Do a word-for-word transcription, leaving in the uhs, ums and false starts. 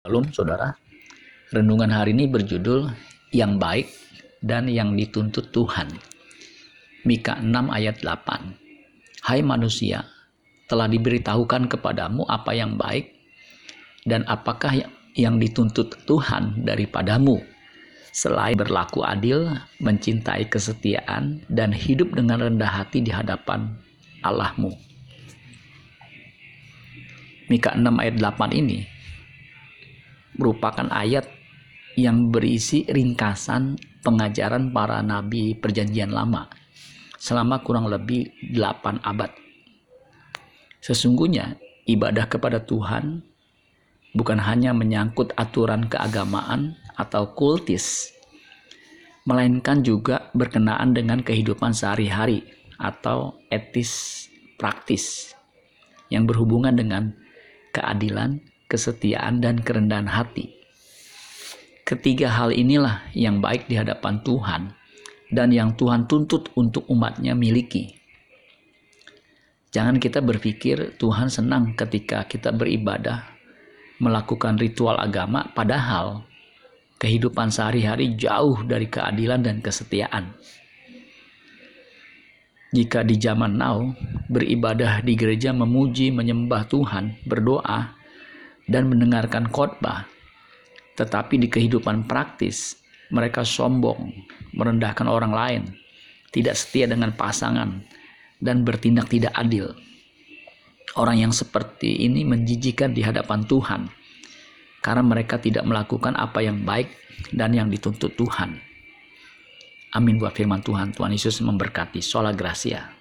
Shalom saudara, renungan hari ini berjudul yang baik dan yang dituntut Tuhan. Mika enam ayat delapan. Hai manusia, telah diberitahukan kepadamu apa yang baik dan apakah yang dituntut Tuhan daripadamu, selain berlaku adil, mencintai kesetiaan, dan hidup dengan rendah hati di hadapan Allahmu. Mika enam ayat delapan ini merupakan ayat yang berisi ringkasan pengajaran para nabi Perjanjian Lama selama kurang lebih delapan abad. Sesungguhnya ibadah kepada Tuhan bukan hanya menyangkut aturan keagamaan atau kultis, melainkan juga berkenaan dengan kehidupan sehari-hari atau etis praktis yang berhubungan dengan keadilan, kesetiaan, dan kerendahan hati. Ketiga hal inilah yang baik di hadapan Tuhan dan yang Tuhan tuntut untuk umatnya miliki. Jangan kita berpikir Tuhan senang ketika kita beribadah, melakukan ritual agama, padahal kehidupan sehari-hari jauh dari keadilan dan kesetiaan. Jika di zaman now beribadah di gereja, memuji, menyembah Tuhan, berdoa, dan mendengarkan khotbah, tetapi di kehidupan praktis mereka sombong, merendahkan orang lain, tidak setia dengan pasangan, dan bertindak tidak adil. Orang yang seperti ini menjijikan di hadapan Tuhan karena mereka tidak melakukan apa yang baik dan yang dituntut Tuhan. Amin buat firman Tuhan. Tuhan Yesus memberkati. Sola Gracia.